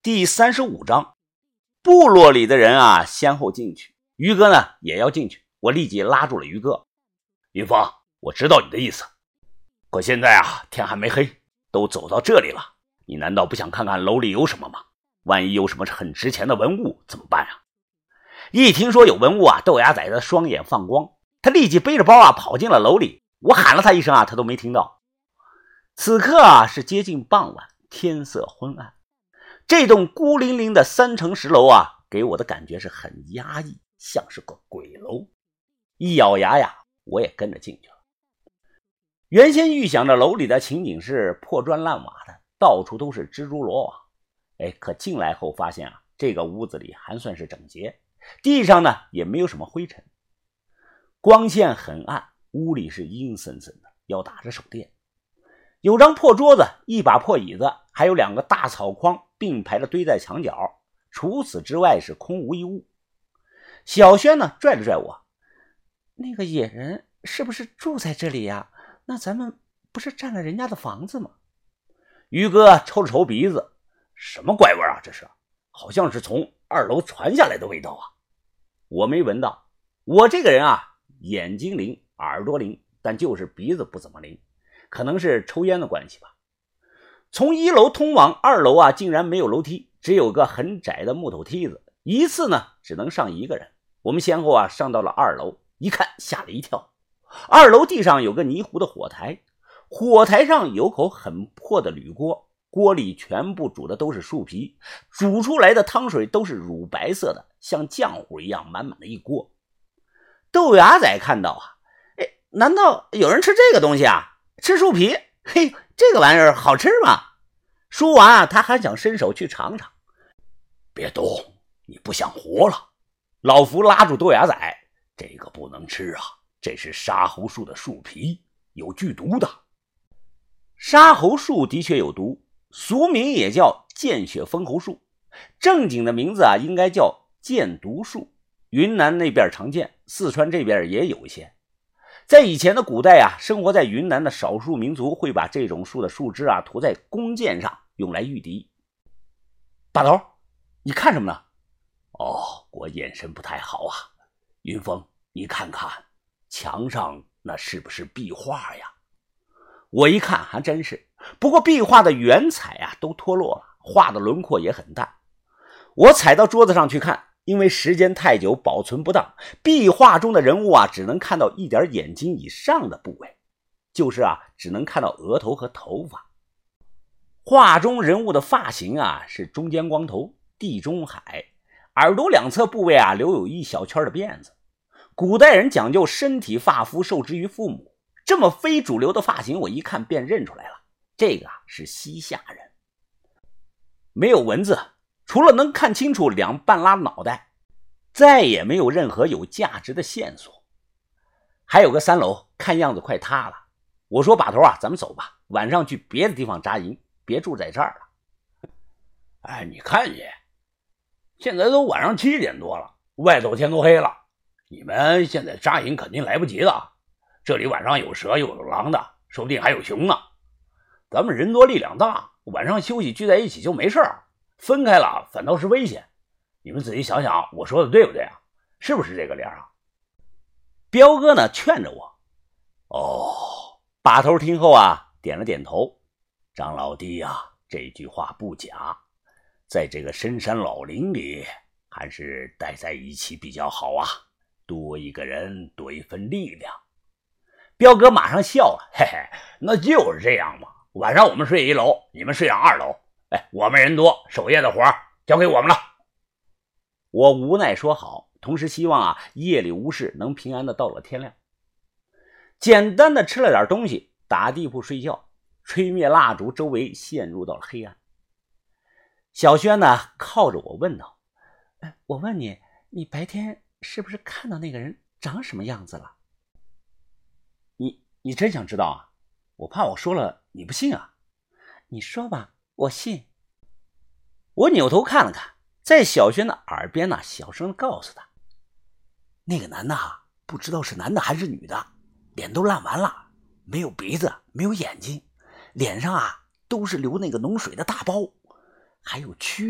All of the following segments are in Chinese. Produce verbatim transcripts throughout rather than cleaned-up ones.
第三十五章，部落里的人啊，先后进去，于哥呢也要进去，我立即拉住了于哥。 云峰，我知道你的意思，可现在啊，天还没黑，都走到这里了，你难道不想看看楼里有什么吗？万一有什么很值钱的文物怎么办啊？ 一听说有文物啊，豆芽仔的双眼放光，他立即背着包啊跑进了楼里。我喊了他一声啊，他都没听到。此刻啊是接近傍晚，天色昏暗。这栋孤零零的三层石楼啊，给我的感觉是很压抑，像是个鬼楼。一咬牙呀，我也跟着进去了。原先预想着楼里的情景是破砖烂瓦的，到处都是蜘蛛罗网。哎，可进来后发现啊，这个屋子里还算是整洁，地上呢也没有什么灰尘。光线很暗，屋里是阴森森的，要打着手电。有张破桌子，一把破椅子，还有两个大草筐并排的堆在墙角，除此之外是空无一物。小轩呢拽了拽我，那个野人是不是住在这里呀？那咱们不是占了人家的房子吗？于哥抽了抽鼻子， 什么怪味啊，这是好像是从二楼传下来的味道啊。 我没闻到，我这个人啊眼睛灵耳朵灵，但就是鼻子不怎么灵，可能是抽烟的关系吧。从一楼通往二楼啊，竟然没有楼梯，只有个很窄的木头梯子，一次呢只能上一个人。我们先后啊上到了二楼，一看吓了一跳。二楼地上有个泥糊的火台，火台上有口很破的铝锅，锅里全部煮的都是树皮，煮出来的汤水都是乳白色的，像浆糊一样满满的一锅。豆芽仔看到啊，哎，难道有人吃这个东西啊？吃树皮？嘿，这个玩意儿好吃吗？说完啊，他还想伸手去尝尝。 别动，你不想活了。 老福拉住豆芽仔， 这个不能吃啊，这是沙猴树的树皮，有剧毒的。 沙猴树的确有毒，俗名也叫见血封喉树，正经的名字啊应该叫箭毒树。云南那边常见，四川这边也有一些。在以前的古代啊，生活在云南的少数民族会把这种树的树枝啊涂在弓箭上，用来御敌。把头，你看什么呢？ 哦，我眼神不太好啊。云峰，你看看墙上那是不是壁画呀？ 我一看还真是，不过壁画的原彩啊都脱落了，画的轮廓也很淡。我踩到桌子上去看，因为时间太久保存不当，壁画中的人物啊只能看到一点眼睛以上的部位，就是啊只能看到额头和头发。画中人物的发型啊是中间光头，地中海，耳朵两侧部位啊留有一小圈的辫子。古代人讲究身体发肤受之于父母，这么非主流的发型我一看便认出来了，这个啊是西夏人。没有文字，除了能看清楚两半拉脑袋，再也没有任何有价值的线索。还有个三楼，看样子快塌了。我说把头啊，咱们走吧，晚上去别的地方扎营，别住在这儿了。 哎，你看爷，现在都晚上七点多了，外头天都黑了，你们现在扎营肯定来不及了。这里晚上有蛇有狼的，说不定还有熊呢。咱们人多力量大，晚上休息聚在一起就没事儿，分开了反倒是危险。你们仔细想想，我说的对不对啊？是不是这个理啊？ 彪哥呢劝着我。 哦， 把头听后啊点了点头。 张老弟啊，这句话不假，在这个深山老林里还是待在一起比较好啊，多一个人多一份力量。 彪哥马上笑了， 嘿嘿，那就是这样嘛。晚上我们睡一楼，你们睡上二楼。哎，我们人多，守夜的活交给我们了。 我无奈说好，同时希望啊夜里无事，能平安的到了天亮。简单的吃了点东西，打地铺睡觉，吹灭蜡烛，周围陷入到了黑暗。小轩呢靠着我问道：我问你，你白天是不是看到那个人长什么样子了？你你真想知道啊？我怕我说了你不信啊。你说吧，我信。我扭头看了看，在小轩的耳边呢小声告诉他，那个男的啊，不知道是男的还是女的，脸都烂完了，没有鼻子，没有眼睛，脸上啊都是流那个脓水的大包，还有蛆呢，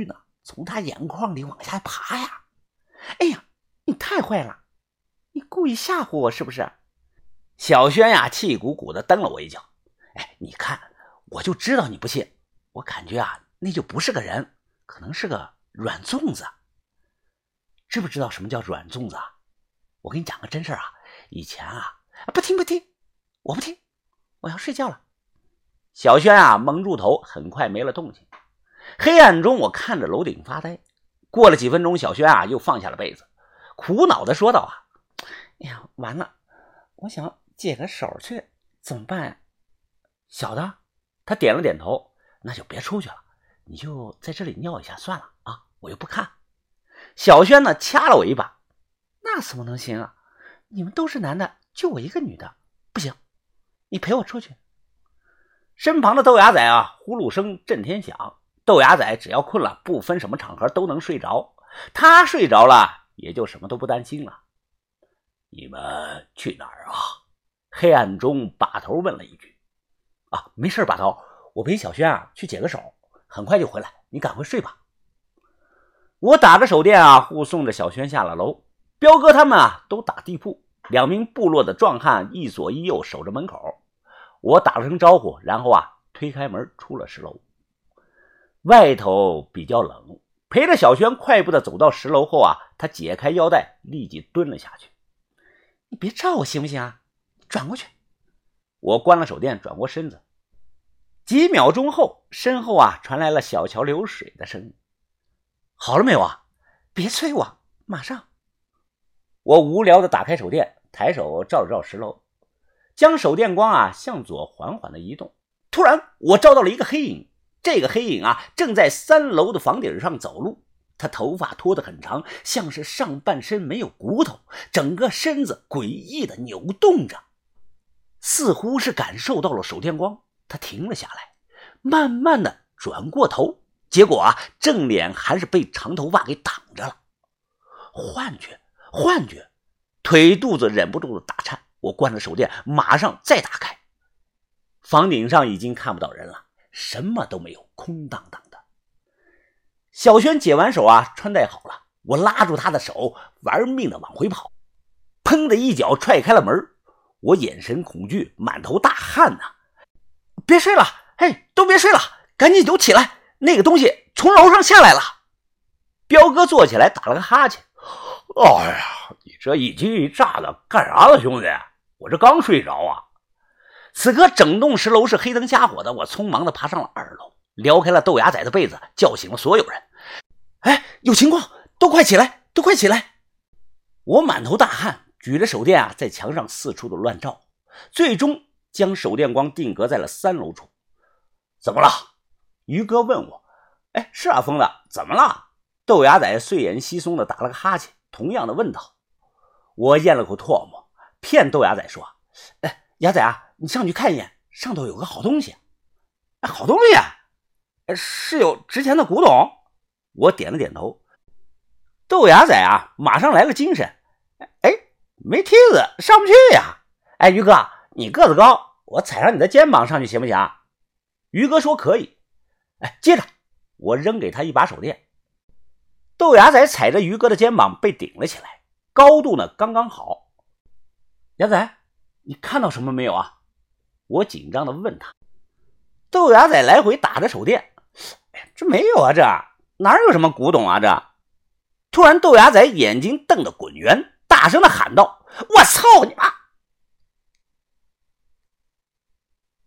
从他眼眶里往下爬呀。哎呀，你太坏了，你故意吓唬我是不是？小轩呀，气鼓鼓的蹬了我一脚。哎，你看，我就知道你不信，我感觉啊，那就不是个人，可能是个软粽子。知不知道什么叫软粽子啊？我给你讲个真事啊，以前啊，不听不听，我不听，我要睡觉了。小轩啊，蒙住头，很快没了动静。黑暗中，我看着楼顶发呆。过了几分钟，小轩啊，又放下了被子，苦恼地说道啊，哎呀，完了，我想解个手去，怎么办呀？小的，他点了点头，那就别出去了，你就在这里尿一下算了啊，我又不看。小轩呢，掐了我一把，那怎么能行啊？你们都是男的，就我一个女的，不行，你陪我出去。身旁的豆芽仔啊，呼噜声震天响。豆芽仔只要困了，不分什么场合都能睡着，他睡着了，也就什么都不担心了。你们去哪儿啊？黑暗中把头问了一句。啊，没事，把头，我陪小轩啊去解个手，很快就回来，你赶快睡吧。我打着手电啊，护送着小轩下了楼。彪哥他们啊都打地铺，两名部落的壮汉一左一右守着门口。我打了声招呼，然后啊推开门出了十楼。外头比较冷，陪着小轩快步的走到十楼后啊，他解开腰带，立即蹲了下去。你别照我行不行啊？转过去。我关了手电，转过身子。几秒钟后，身后啊传来了小桥流水的声音。好了没有啊？别催我，马上。我无聊的打开手电，抬手照了照十楼，将手电光啊向左缓缓的移动。突然我照到了一个黑影，这个黑影啊正在三楼的房顶上走路，他头发拖得很长，像是上半身没有骨头，整个身子诡异的扭动着，似乎是感受到了手电光。他停了下来，慢慢的转过头，结果啊正脸还是被长头发给挡着了。幻觉幻觉，腿肚子忍不住的打颤。我关了手电，马上再打开。房顶上已经看不到人了，什么都没有，空荡荡的。小轩解完手啊，穿戴好了，我拉住他的手，玩命的往回跑。砰的一脚踹开了门，我眼神恐惧，满头大汗呐、啊。别睡了，嘿，都别睡了，赶紧都起来，那个东西从楼上下来了。彪哥坐起来打了个哈欠。 哎呀，你这一惊一乍的干啥呢，兄弟？我这刚睡着啊。 此刻整栋十楼是黑灯瞎火的，我匆忙的爬上了二楼，撩开了豆芽仔的被子，叫醒了所有人。哎，有情况，都快起来，都快起来！我满头大汗，举着手电啊，在墙上四处的乱照，最终将手电光定格在了三楼处。 怎么了？ 于哥问我。哎，是啊，疯子，怎么了？豆芽仔睡眼惺忪的打了个哈欠，同样的问道。我咽了口唾沫，骗豆芽仔说：哎，芽仔啊，你上去看一眼，上头有个好东西。哎，好东西啊？是有值钱的古董？我点了点头。豆芽仔啊，马上来了精神。哎，没梯子上不去呀。哎，于哥，你个子高，我踩上你的肩膀上去行不行？于哥说可以。哎，接着我扔给他一把手电。豆芽仔踩着于哥的肩膀被顶了起来，高度呢刚刚好。芽仔，你看到什么没有啊？我紧张的问他。豆芽仔来回打着手电。哎，这没有啊，这哪有什么古董啊这？突然豆芽仔眼睛瞪得滚圆，大声的喊道：我操你妈！